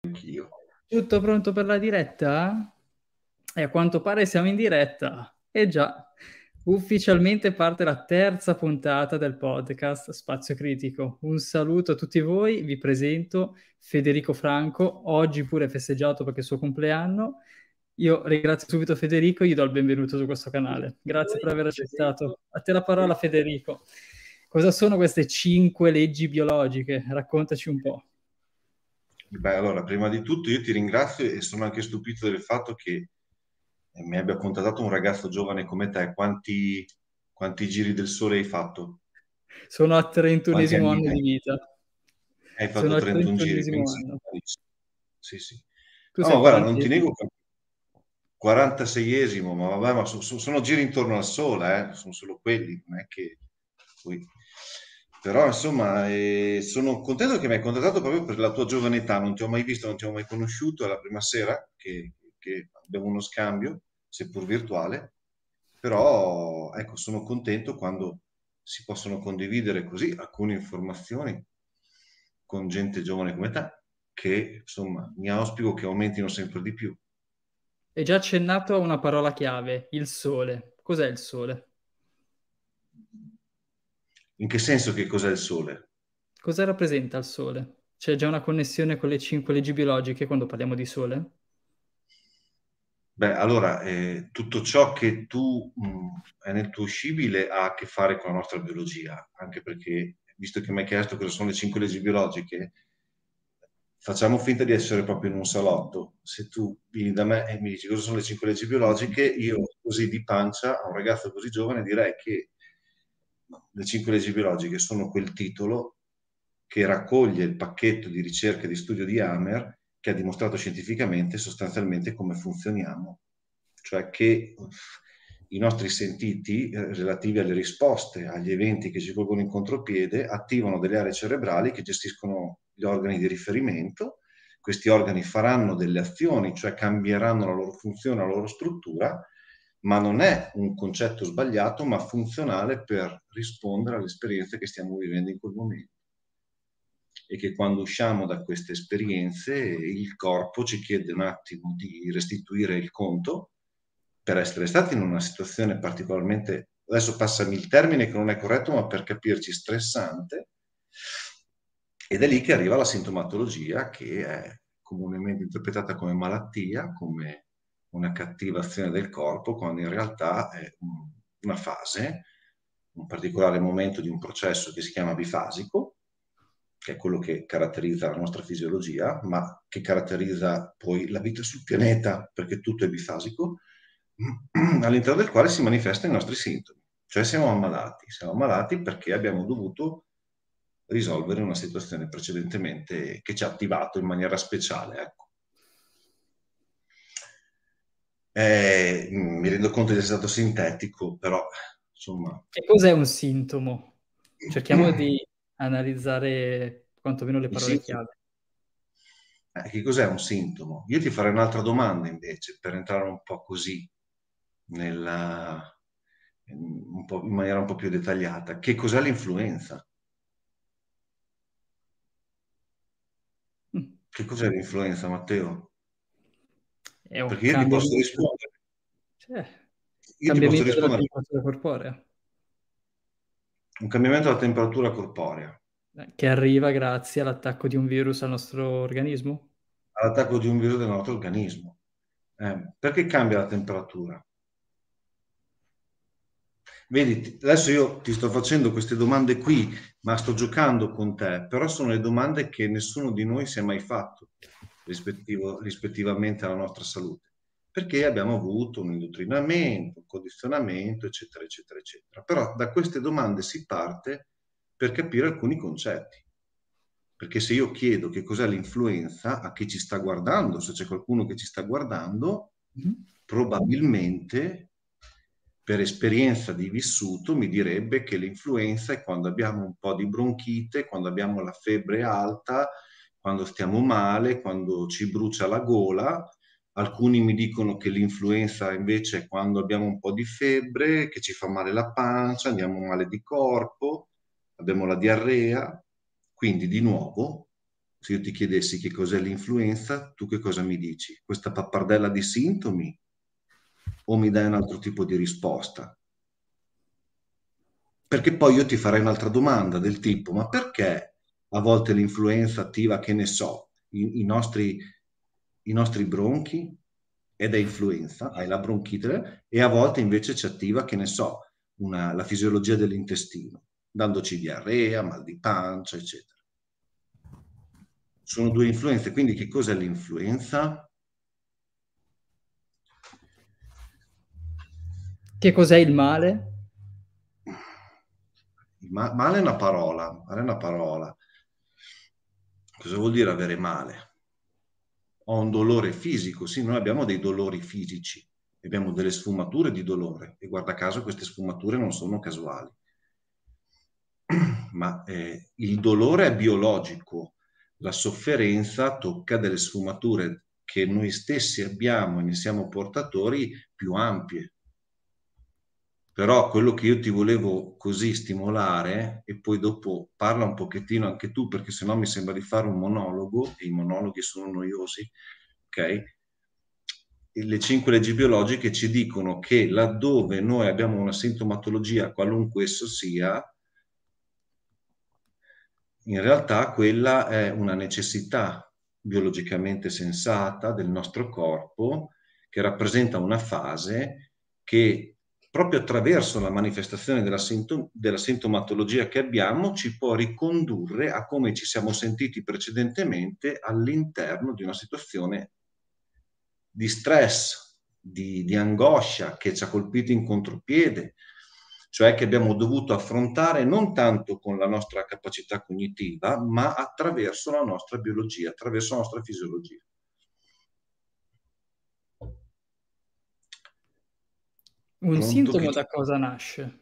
Anch'io. Tutto pronto per la diretta? E a quanto pare siamo in diretta. E già, ufficialmente parte la terza puntata del podcast Spazio Critico. Un saluto a tutti voi, vi presento Federico Franco, oggi pure festeggiato perché è il suo compleanno. Io ringrazio subito Federico e gli do il benvenuto su questo canale. Grazie per aver accettato. A te la parola, Federico. Cosa sono queste 5 leggi biologiche? Raccontaci un po'. Beh, allora, prima di tutto io ti ringrazio e sono anche stupito del fatto che mi abbia contattato un ragazzo giovane come te. Quanti giri del sole hai fatto? Sono al Quanti 31esimo anni anno hai? di vita. Hai Sono fatto al 31 giri, quindi 31esimo sei anno. giovanissimo. Sì, sì. Tu No, sei ma al guarda, non ti 40esimo? nego che 46esimo, ma vabbè, ma sono giri intorno al sole, sono solo quelli, non è che poi. Però insomma, sono contento che mi hai contattato proprio per la tua giovane età, non ti ho mai visto, non ti ho mai conosciuto, è la prima sera che abbiamo uno scambio, seppur virtuale, però ecco, sono contento quando si possono condividere così alcune informazioni con gente giovane come te, che insomma mi auspico che aumentino sempre di più. Hai già accennato a una parola chiave, il sole. Cos'è il sole? In che senso che cos'è il sole? Cosa rappresenta il sole? C'è già una connessione con le 5 leggi biologiche quando parliamo di sole? Beh, allora, tutto ciò che è nel tuo scibile ha a che fare con la nostra biologia, anche perché, visto che mi hai chiesto cosa sono le 5 leggi biologiche, facciamo finta di essere proprio in un salotto. Se tu vieni da me e mi dici cosa sono le 5 leggi biologiche, io così di pancia a un ragazzo così giovane direi che le 5 leggi biologiche sono quel titolo che raccoglie il pacchetto di ricerca e di studio di Hammer che ha dimostrato scientificamente sostanzialmente come funzioniamo, cioè che i nostri sentiti relativi alle risposte agli eventi che ci colgono in contropiede attivano delle aree cerebrali che gestiscono gli organi di riferimento. Questi organi faranno delle azioni, cioè cambieranno la loro funzione, la loro struttura, ma non è un concetto sbagliato, ma funzionale per rispondere alle esperienze che stiamo vivendo in quel momento. E che quando usciamo da queste esperienze il corpo ci chiede un attimo di restituire il conto per essere stati in una situazione particolarmente, adesso passami il termine che non è corretto, ma per capirci stressante, ed è lì che arriva la sintomatologia che è comunemente interpretata come malattia, come una cattiva azione del corpo, quando in realtà è una fase, un particolare momento di un processo che si chiama bifasico, che è quello che caratterizza la nostra fisiologia, ma che caratterizza poi la vita sul pianeta, perché tutto è bifasico, all'interno del quale si manifestano i nostri sintomi. Cioè siamo ammalati perché abbiamo dovuto risolvere una situazione precedentemente che ci ha attivato in maniera speciale, ecco. Mi rendo conto di essere stato sintetico, però insomma, E cos'è un sintomo? Cerchiamo di analizzare quantomeno le il parole sintomo, chiave. che cos'è un sintomo? Io ti farei un'altra domanda invece, per entrare un po' così nella, in maniera un po' più dettagliata. Che cos'è l'influenza? Mm. Che cos'è l'influenza, Matteo? È un Perché io ti posso cambiamento, rispondere. cioè, Io ti posso cambiamento della rispondere temperatura corporea, un cambiamento della temperatura corporea, che arriva grazie all'attacco di un virus al nostro organismo. all'attacco di un virus del nostro organismo. Perché cambia la temperatura? Vedi, adesso io ti sto facendo queste domande qui, ma sto giocando con te, però sono le domande che nessuno di noi si è mai fatto rispettivamente alla nostra salute, perché abbiamo avuto un indottrinamento, un condizionamento, eccetera, eccetera, eccetera. Però da queste domande si parte per capire alcuni concetti. Perché se io chiedo che cos'è l'influenza a chi ci sta guardando, se c'è qualcuno che ci sta guardando, Mhm. probabilmente per esperienza di vissuto mi direbbe che l'influenza è quando abbiamo un po' di bronchite, quando abbiamo la febbre alta, quando stiamo male, quando ci brucia la gola. Alcuni mi dicono che l'influenza invece è quando abbiamo un po' di febbre, che ci fa male la pancia, andiamo male di corpo, abbiamo la diarrea. Quindi di nuovo se io ti chiedessi che cos'è l'influenza, tu che cosa mi dici? Questa pappardella di sintomi o mi dai un altro tipo di risposta? Perché poi io ti farei un'altra domanda del tipo, ma perché a volte l'influenza attiva, che ne so, i nostri bronchi ed è influenza, hai la bronchite, e a volte invece ci attiva, che ne so, la fisiologia dell'intestino, dandoci diarrea, mal di pancia, eccetera. Sono due influenze, quindi che cos'è l'influenza? Che cos'è il male? Male è una parola, male è una parola. Cosa vuol dire avere male? Ho un dolore fisico, sì, noi abbiamo dei dolori fisici, abbiamo delle sfumature di dolore e guarda caso queste sfumature non sono casuali. Ma il dolore è biologico, la sofferenza tocca delle sfumature che noi stessi abbiamo e ne siamo portatori più ampie. Però quello che io ti volevo così stimolare, e poi dopo parla un pochettino anche tu, perché sennò mi sembra di fare un monologo, e i monologhi sono noiosi, ok? E le 5 leggi biologiche ci dicono che laddove noi abbiamo una sintomatologia, qualunque esso sia, in realtà quella è una necessità biologicamente sensata del nostro corpo che rappresenta una fase che proprio attraverso la manifestazione della sintomatologia che abbiamo ci può ricondurre a come ci siamo sentiti precedentemente all'interno di una situazione di stress, di angoscia che ci ha colpito in contropiede, cioè che abbiamo dovuto affrontare non tanto con la nostra capacità cognitiva, ma attraverso la nostra biologia, attraverso la nostra fisiologia. Un Pronto? sintomo da cosa nasce?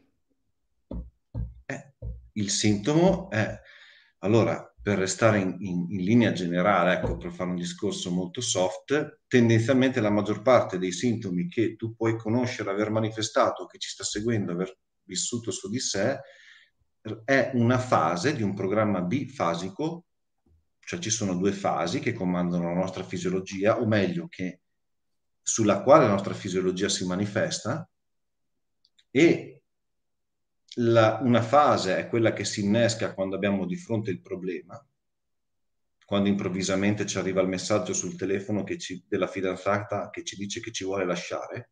Il sintomo è, allora, per restare in linea generale, ecco, per fare un discorso molto soft, tendenzialmente la maggior parte dei sintomi che tu puoi conoscere, aver manifestato, che ci sta seguendo, aver vissuto su di sé, è una fase di un programma bifasico, cioè ci sono due fasi che comandano la nostra fisiologia, o meglio, sulla quale la nostra fisiologia si manifesta, e una fase è quella che si innesca quando abbiamo di fronte il problema, quando improvvisamente ci arriva il messaggio sul telefono della fidanzata che ci dice che ci vuole lasciare,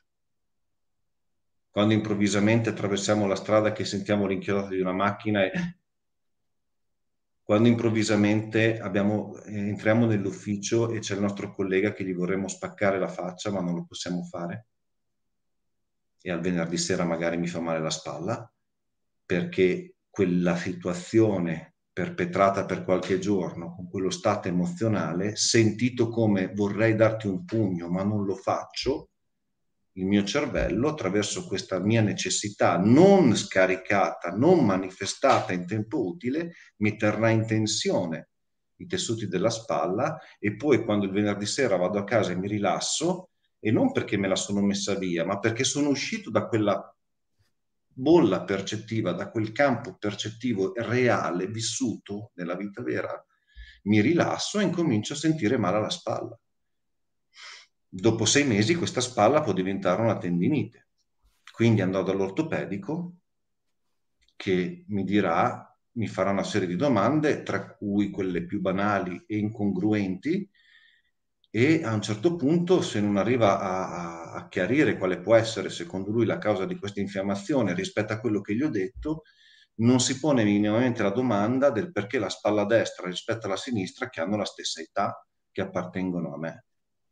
quando improvvisamente attraversiamo la strada che sentiamo l'inchiodata di una macchina e quando improvvisamente entriamo nell'ufficio e c'è il nostro collega che gli vorremmo spaccare la faccia ma non lo possiamo fare, e al venerdì sera magari mi fa male la spalla perché quella situazione perpetrata per qualche giorno con quello stato emozionale, sentito come vorrei darti un pugno ma non lo faccio, il mio cervello, attraverso questa mia necessità non scaricata, non manifestata in tempo utile, mi terrà in tensione i tessuti della spalla, e poi quando il venerdì sera vado a casa e mi rilasso, e non perché me la sono messa via, ma perché sono uscito da quella bolla percettiva, da quel campo percettivo reale, vissuto nella vita vera, mi rilasso e incomincio a sentire male alla spalla. Dopo 6 mesi questa spalla può diventare una tendinite. Quindi andrò dall'ortopedico che mi farà una serie di domande, tra cui quelle più banali e incongruenti, e a un certo punto, se non arriva a chiarire quale può essere secondo lui la causa di questa infiammazione rispetto a quello che gli ho detto, non si pone minimamente la domanda del perché la spalla destra rispetto alla sinistra, che hanno la stessa età, che appartengono a me.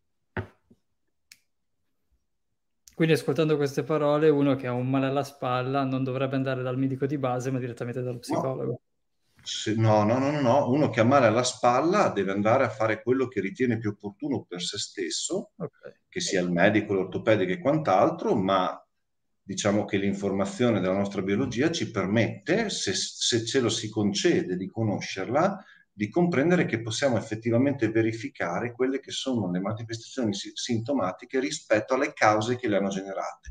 Quindi ascoltando queste parole, uno che ha un male alla spalla non dovrebbe andare dal medico di base, ma direttamente dallo No, psicologo. no. Uno che ha male alla spalla deve andare a fare quello che ritiene più opportuno per se stesso, Ok. che sia il medico, l'ortopedico e quant'altro, ma diciamo che l'informazione della nostra biologia ci permette, se ce lo si concede di conoscerla, di comprendere che possiamo effettivamente verificare quelle che sono le manifestazioni sintomatiche rispetto alle cause che le hanno generate.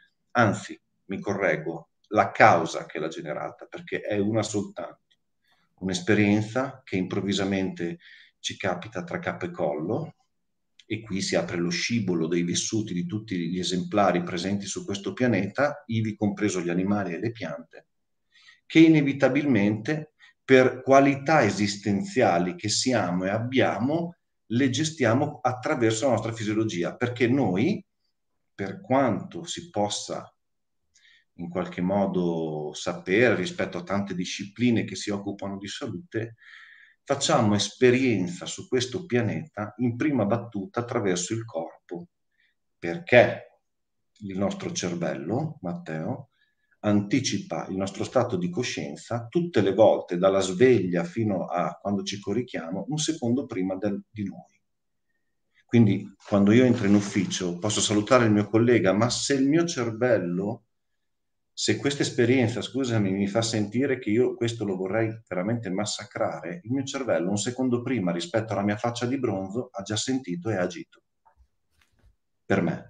Anzi, mi correggo, la causa che l'ha generata, perché è una soltanto. un'esperienza che improvvisamente ci capita tra capo e collo, e qui si apre lo scibolo dei vissuti di tutti gli esemplari presenti su questo pianeta, ivi compreso gli animali e le piante, che inevitabilmente, per qualità esistenziali che siamo e abbiamo, le gestiamo attraverso la nostra fisiologia, perché noi, per quanto si possa in qualche modo sapere rispetto a tante discipline che si occupano di salute, facciamo esperienza su questo pianeta in prima battuta attraverso il corpo, perché il nostro cervello, Matteo, anticipa il nostro stato di coscienza tutte le volte, dalla sveglia fino a quando ci corichiamo, un secondo prima di noi. Quindi quando io entro in ufficio posso salutare il mio collega, ma se il mio cervello, se questa esperienza, scusami, mi fa sentire che io questo lo vorrei veramente massacrare, il mio cervello un secondo prima rispetto alla mia faccia di bronzo ha già sentito e ha agito per me.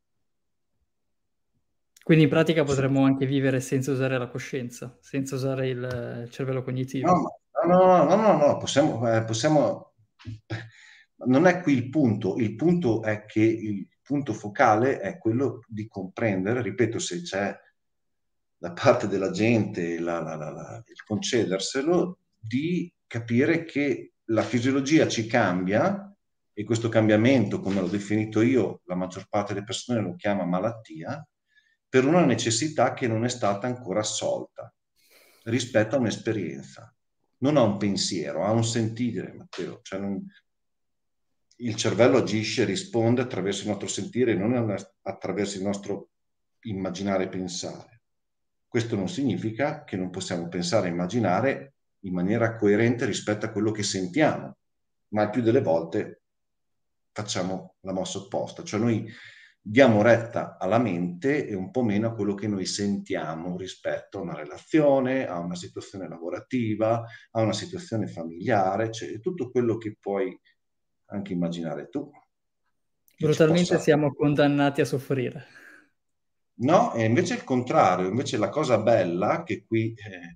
Quindi in pratica Sì. potremmo anche vivere senza usare la coscienza, senza usare il cervello cognitivo. No, no, possiamo, non è qui il punto è che il punto focale è quello di comprendere, ripeto, se c'è da parte della gente il concederselo, di capire che la fisiologia ci cambia, e questo cambiamento, come l'ho definito io, la maggior parte delle persone lo chiama malattia, per una necessità che non è stata ancora assolta rispetto a un'esperienza. Non ha un pensiero, ha un sentire, Matteo. Cioè il cervello agisce, risponde attraverso il nostro sentire, non attraverso il nostro immaginare e pensare. Questo non significa che non possiamo pensare e immaginare in maniera coerente rispetto a quello che sentiamo, ma il più delle volte facciamo la mossa opposta, cioè noi diamo retta alla mente e un po' meno a quello che noi sentiamo rispetto a una relazione, a una situazione lavorativa, a una situazione familiare, cioè tutto quello che puoi anche immaginare tu, che ci Brutalmente possa... siamo condannati a soffrire. No, è invece il contrario, invece la cosa bella, che qui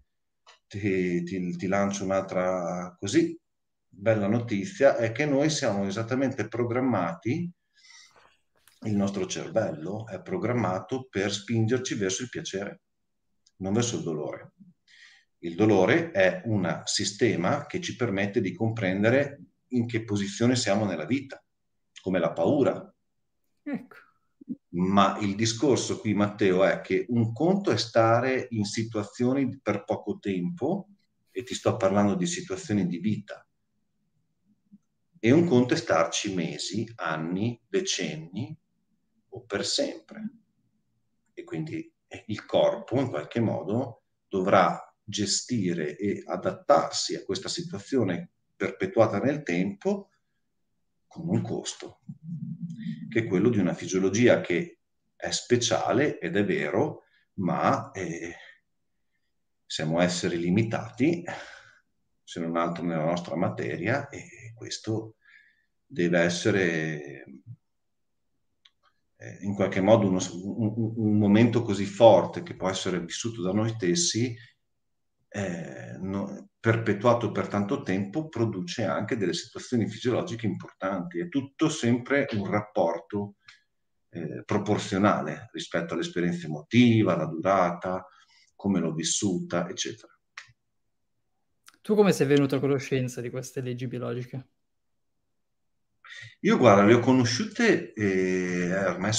ti lancio un'altra così bella notizia, è che noi siamo esattamente programmati, il nostro cervello è programmato per spingerci verso il piacere, non verso il dolore. Il dolore è un sistema che ci permette di comprendere in che posizione siamo nella vita, come la paura. Ecco. Ma il discorso qui, Matteo, è che un conto è stare in situazioni per poco tempo, e ti sto parlando di situazioni di vita, e un conto è starci mesi, anni, decenni o per sempre. E quindi il corpo in qualche modo dovrà gestire e adattarsi a questa situazione perpetuata nel tempo con un costo, che è quello di una fisiologia che è speciale ed è vero, ma siamo esseri limitati, se non altro nella nostra materia, e questo deve essere in qualche modo un momento così forte che può essere vissuto da noi stessi, perpetuato per tanto tempo, produce anche delle situazioni fisiologiche importanti. È tutto sempre un rapporto proporzionale rispetto all'esperienza emotiva, alla durata, come l'ho vissuta, eccetera. Tu come sei venuto a conoscenza di queste leggi biologiche? Io, guarda, le ho conosciute, ormai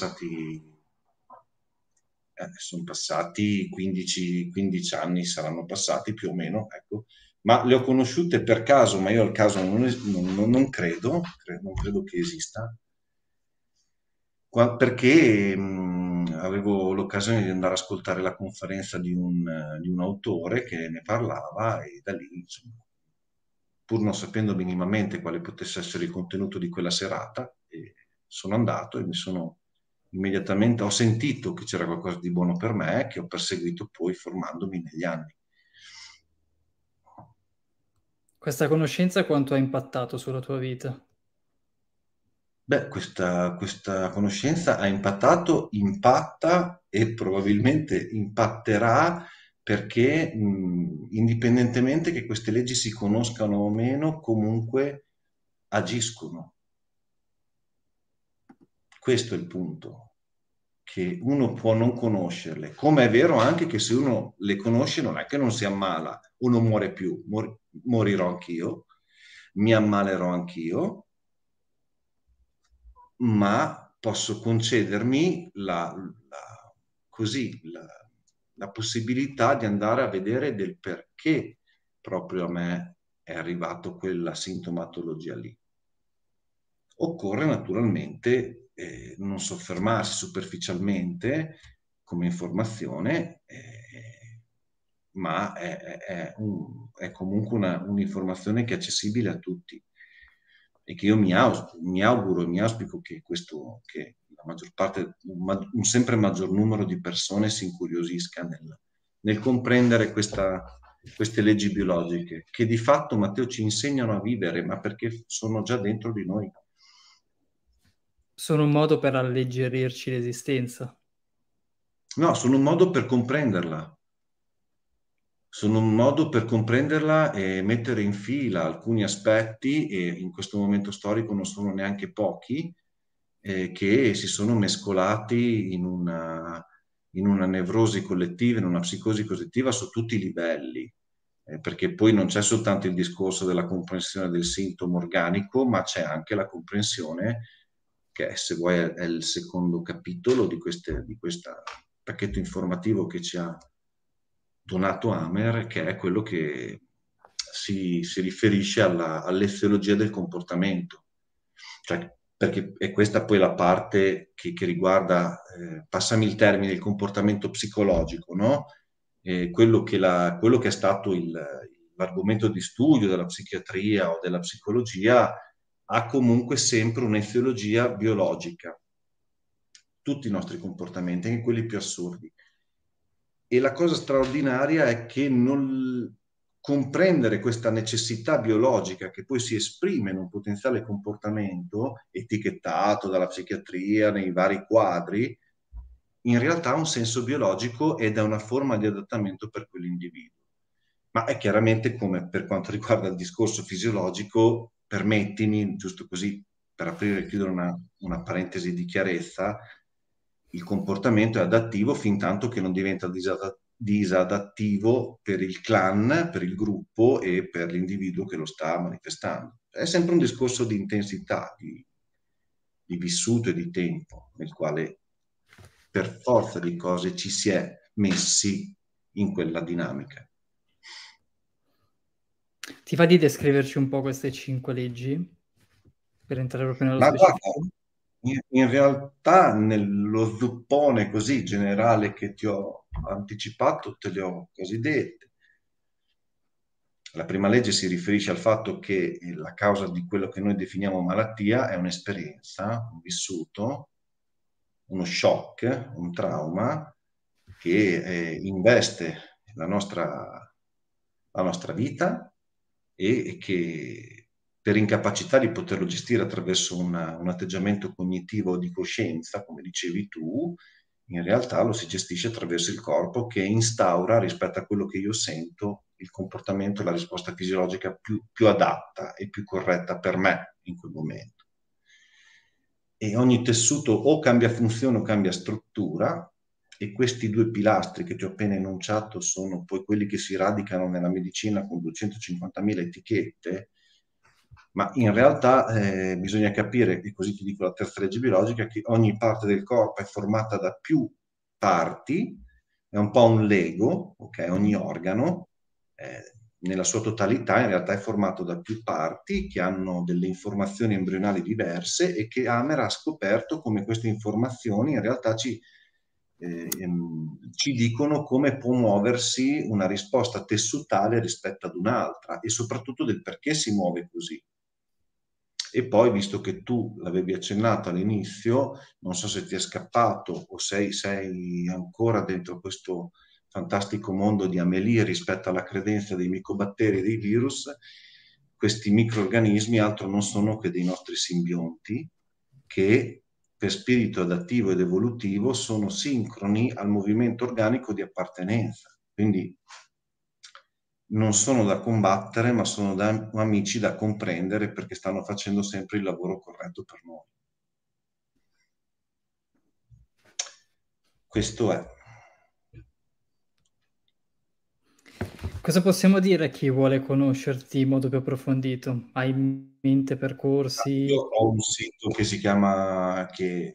sono passati 15 anni, saranno passati più o meno, ecco. Ma le ho conosciute per caso, ma io al caso non credo, non credo che esista, perché avevo l'occasione di andare ad ascoltare la conferenza di un autore che ne parlava, e da lì, insomma, pur non sapendo minimamente quale potesse essere il contenuto di quella serata, sono andato e mi sono immediatamente, ho sentito che c'era qualcosa di buono per me, che ho perseguito poi formandomi negli anni. Questa conoscenza quanto ha impattato sulla tua vita? Beh, questa conoscenza ha impattato, impatta e probabilmente impatterà perché indipendentemente che queste leggi si conoscano o meno, comunque agiscono. Questo è il punto, che uno può non conoscerle, come è vero anche che se uno le conosce non è che non si ammala o non muore più, morirò anch'io, mi ammalerò anch'io, ma posso concedermi così, la possibilità di andare a vedere del perché proprio a me è arrivato quella sintomatologia lì. Occorre naturalmente non soffermarsi superficialmente come informazione, ma è comunque un'informazione che è accessibile a tutti e che io mi auguro e mi auspico che la maggior parte, un sempre maggior numero di persone si incuriosisca nel comprendere queste leggi biologiche, che di fatto, Matteo, ci insegnano a vivere, ma perché sono già dentro di noi. Sono un modo per alleggerirci l'esistenza. No, sono un modo per comprenderla. Sono un modo per comprenderla e mettere in fila alcuni aspetti, e in questo momento storico non sono neanche pochi, che si sono mescolati in una nevrosi collettiva, in una psicosi collettiva su tutti i livelli. Perché poi non c'è soltanto il discorso della comprensione del sintomo organico, ma c'è anche la comprensione, che se vuoi è il secondo capitolo di questo pacchetto informativo che ci ha donato Amer, che è quello che si riferisce all'eziologia del comportamento. Cioè, perché è questa poi la parte che riguarda, passami il termine, il comportamento psicologico, no? Quello che è stato l'argomento di studio della psichiatria o della psicologia ha comunque sempre un'eziologia biologica. Tutti i nostri comportamenti, anche quelli più assurdi. E la cosa straordinaria è che non comprendere questa necessità biologica che poi si esprime in un potenziale comportamento etichettato dalla psichiatria nei vari quadri, in realtà ha un senso biologico ed è una forma di adattamento per quell'individuo. Ma è chiaramente, come per quanto riguarda il discorso fisiologico, permettimi, giusto così per aprire e chiudere una parentesi di chiarezza, il comportamento è adattivo fin tanto che non diventa disadattivo per il clan, per il gruppo e per l'individuo che lo sta manifestando. È sempre un discorso di intensità, di vissuto e di tempo, nel quale per forza di cose ci si è messi in quella dinamica. Ti va di descriverci un po' queste 5 leggi? Per entrare proprio nello Ma guarda, specifico? in realtà nello zuppone così generale che ti ho anticipato, te le ho quasi dette. La prima legge si riferisce al fatto che la causa di quello che noi definiamo malattia è un'esperienza, un vissuto, uno shock, un trauma che investe la nostra vita e che per incapacità di poterlo gestire attraverso un atteggiamento cognitivo di coscienza, come dicevi tu, in realtà lo si gestisce attraverso il corpo che instaura rispetto a quello che io sento il comportamento e la risposta fisiologica più adatta e più corretta per me in quel momento. E ogni tessuto o cambia funzione o cambia struttura, e questi due pilastri che ti ho appena enunciato sono poi quelli che si radicano nella medicina con 250.000 etichette, ma in realtà bisogna capire, e così ti dico la terza legge biologica, che ogni parte del corpo è formata da più parti, è un po' un Lego, ok? Ogni organo nella sua totalità in realtà è formato da più parti che hanno delle informazioni embrionali diverse e che Hamer ha scoperto come queste informazioni in realtà ci dicono come può muoversi una risposta tessutale rispetto ad un'altra e soprattutto del perché si muove così. E poi, visto che tu l'avevi accennato all'inizio, non so se ti è scappato o sei ancora dentro questo fantastico mondo di Amélie rispetto alla credenza dei micobatteri e dei virus, questi microrganismi altro non sono che dei nostri simbionti che per spirito adattivo ed evolutivo sono sincroni al movimento organico di appartenenza. Quindi non sono da combattere, ma sono amici da comprendere perché stanno facendo sempre il lavoro corretto per noi. Questo è. Cosa possiamo dire a chi vuole conoscerti in modo più approfondito? Hai in mente percorsi? Io ho un sito che si chiama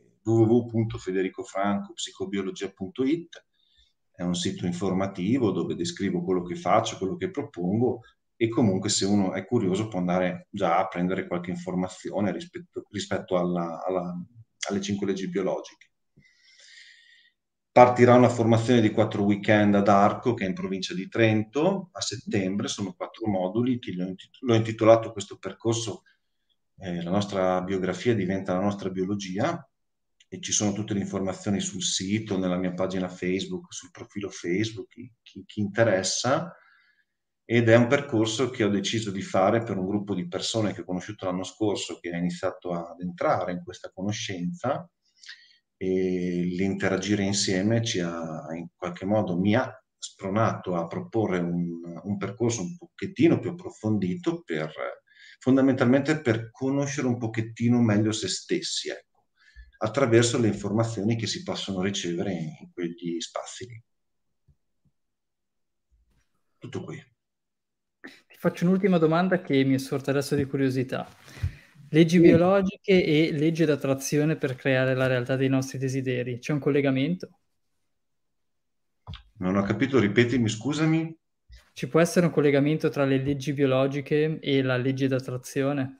www.federicofrancopsicobiologia.it, è un sito informativo dove descrivo quello che faccio, quello che propongo e comunque se uno è curioso può andare già a prendere qualche informazione rispetto alle 5 leggi biologiche. Partirà una formazione di 4 weekend ad Arco, che è in provincia di Trento, a settembre, sono 4 moduli, che l'ho intitolato questo percorso, la nostra biografia diventa la nostra biologia, e ci sono tutte le informazioni sul sito, nella mia pagina Facebook, sul profilo Facebook, chi interessa, ed è un percorso che ho deciso di fare per un gruppo di persone che ho conosciuto l'anno scorso, che ha iniziato ad entrare in questa conoscenza, e l'interagire insieme in qualche modo mi ha spronato a proporre un percorso un pochettino più approfondito fondamentalmente per conoscere un pochettino meglio se stessi, ecco, attraverso le informazioni che si possono ricevere in quegli spazi lì. Tutto qui. Ti faccio un'ultima domanda che mi è sorta adesso di curiosità. Leggi biologiche e legge d'attrazione per creare la realtà dei nostri desideri. C'è un collegamento? Non ho capito, ripetimi, scusami. Ci può essere un collegamento tra le leggi biologiche e la legge d'attrazione?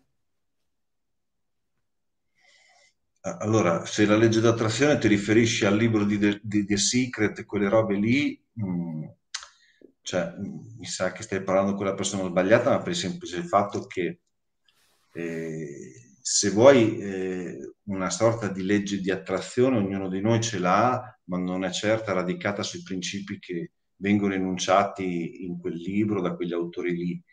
Allora, se la legge d'attrazione ti riferisci al libro di The Secret e quelle robe lì, cioè, mi sa che stai parlando con la persona sbagliata, ma per il semplice fatto che se vuoi una sorta di legge di attrazione, ognuno di noi ce l'ha, ma non è certa radicata sui principi che vengono enunciati in quel libro da quegli autori lì.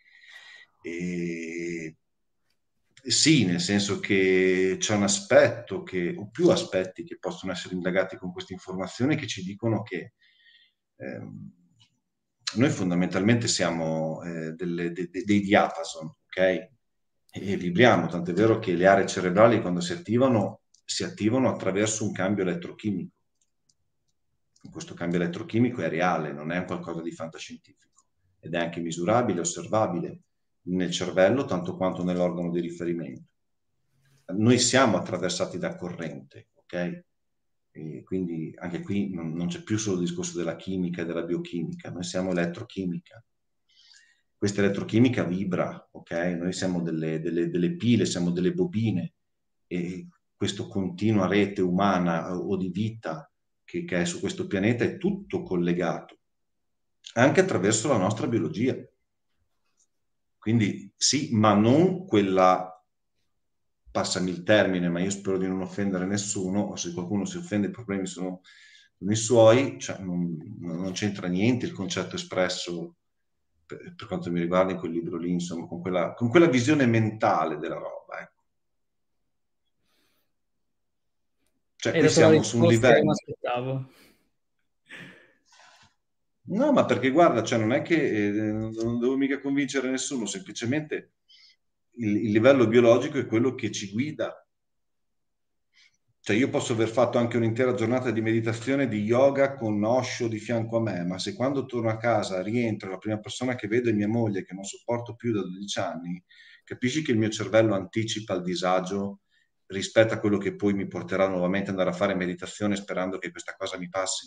Sì, nel senso che c'è un aspetto o più aspetti che possono essere indagati con queste informazioni che ci dicono che ehm, noi fondamentalmente siamo dei diapason, ok? E vibriamo, tant'è vero che le aree cerebrali quando si attivano attraverso un cambio elettrochimico. Questo cambio elettrochimico è reale, non è qualcosa di fantascientifico ed è anche misurabile, osservabile nel cervello tanto quanto nell'organo di riferimento. Noi siamo attraversati da corrente, ok? E quindi anche qui non c'è più solo il discorso della chimica e della biochimica, noi siamo elettrochimica. Questa elettrochimica vibra, ok? Noi siamo delle pile, siamo delle bobine e questa continua rete umana o di vita che è su questo pianeta è tutto collegato, anche attraverso la nostra biologia. Quindi sì, ma non quella, passami il termine, ma io spero di non offendere nessuno, o se qualcuno si offende i problemi sono i suoi, cioè non c'entra niente il concetto espresso per quanto mi riguarda in quel libro lì, insomma, con quella visione mentale della roba. Ecco. Cioè Hai qui dato la siamo su un risposta che mi livello. aspettavo. No, ma perché guarda, cioè non è che non devo mica convincere nessuno, semplicemente il livello biologico è quello che ci guida. Cioè io posso aver fatto anche un'intera giornata di meditazione, di yoga con Osho di fianco a me, ma se quando torno a casa rientro, la prima persona che vedo è mia moglie, che non sopporto più da 12 anni, capisci che il mio cervello anticipa il disagio rispetto a quello che poi mi porterà nuovamente ad andare a fare meditazione sperando che questa cosa mi passi?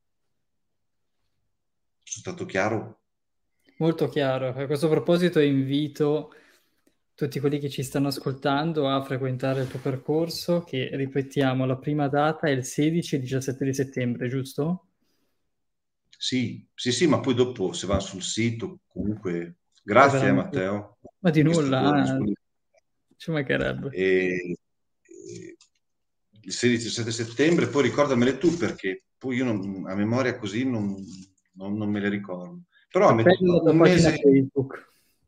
Sono stato chiaro? Molto chiaro. A questo proposito invito tutti quelli che ci stanno ascoltando a frequentare il tuo percorso, che ripetiamo, la prima data è il 16 e 17 di settembre, giusto? Sì, sì, sì, ma poi dopo se va sul sito, comunque, grazie Veramente. Matteo, Ma di questa nulla, tua disponibilità. ci mancherebbe. E il 16-17 settembre, poi ricordamele tu perché poi io a memoria così non me le ricordo. Però Appello alla tua un pagina mese, Facebook.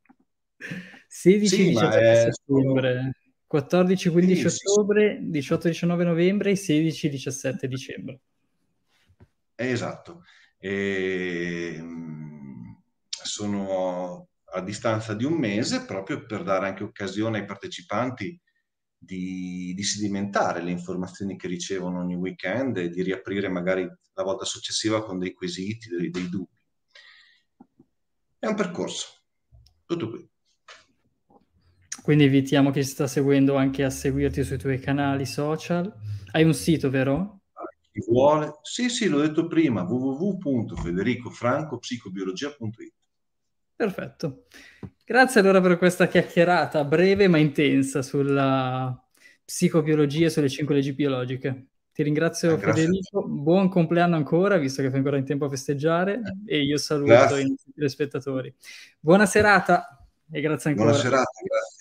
sì, ma 16-17 è solo, settembre, 14-15 sì, sì, sì, ottobre, 18-19 novembre e 16-17 dicembre. esatto. E, sono a distanza di un mese proprio per dare anche occasione ai partecipanti di sedimentare le informazioni che ricevono ogni weekend e di riaprire magari la volta successiva con dei quesiti, dei dubbi. È un percorso, tutto qui. Quindi invitiamo chi ci sta seguendo anche a seguirti sui tuoi canali social. Hai un sito, vero? Chi vuole, sì, l'ho detto prima, www.federicofrancopsicobiologia.it. Perfetto. Grazie allora per questa chiacchierata breve ma intensa sulla psicobiologia e sulle 5 leggi biologiche. Ti ringrazio Grazie a te. Federico, buon compleanno ancora, visto che fai ancora in tempo a festeggiare, e io saluto Grazie. i nostri telespettatori. Buona serata e grazie Buona ancora. serata, grazie.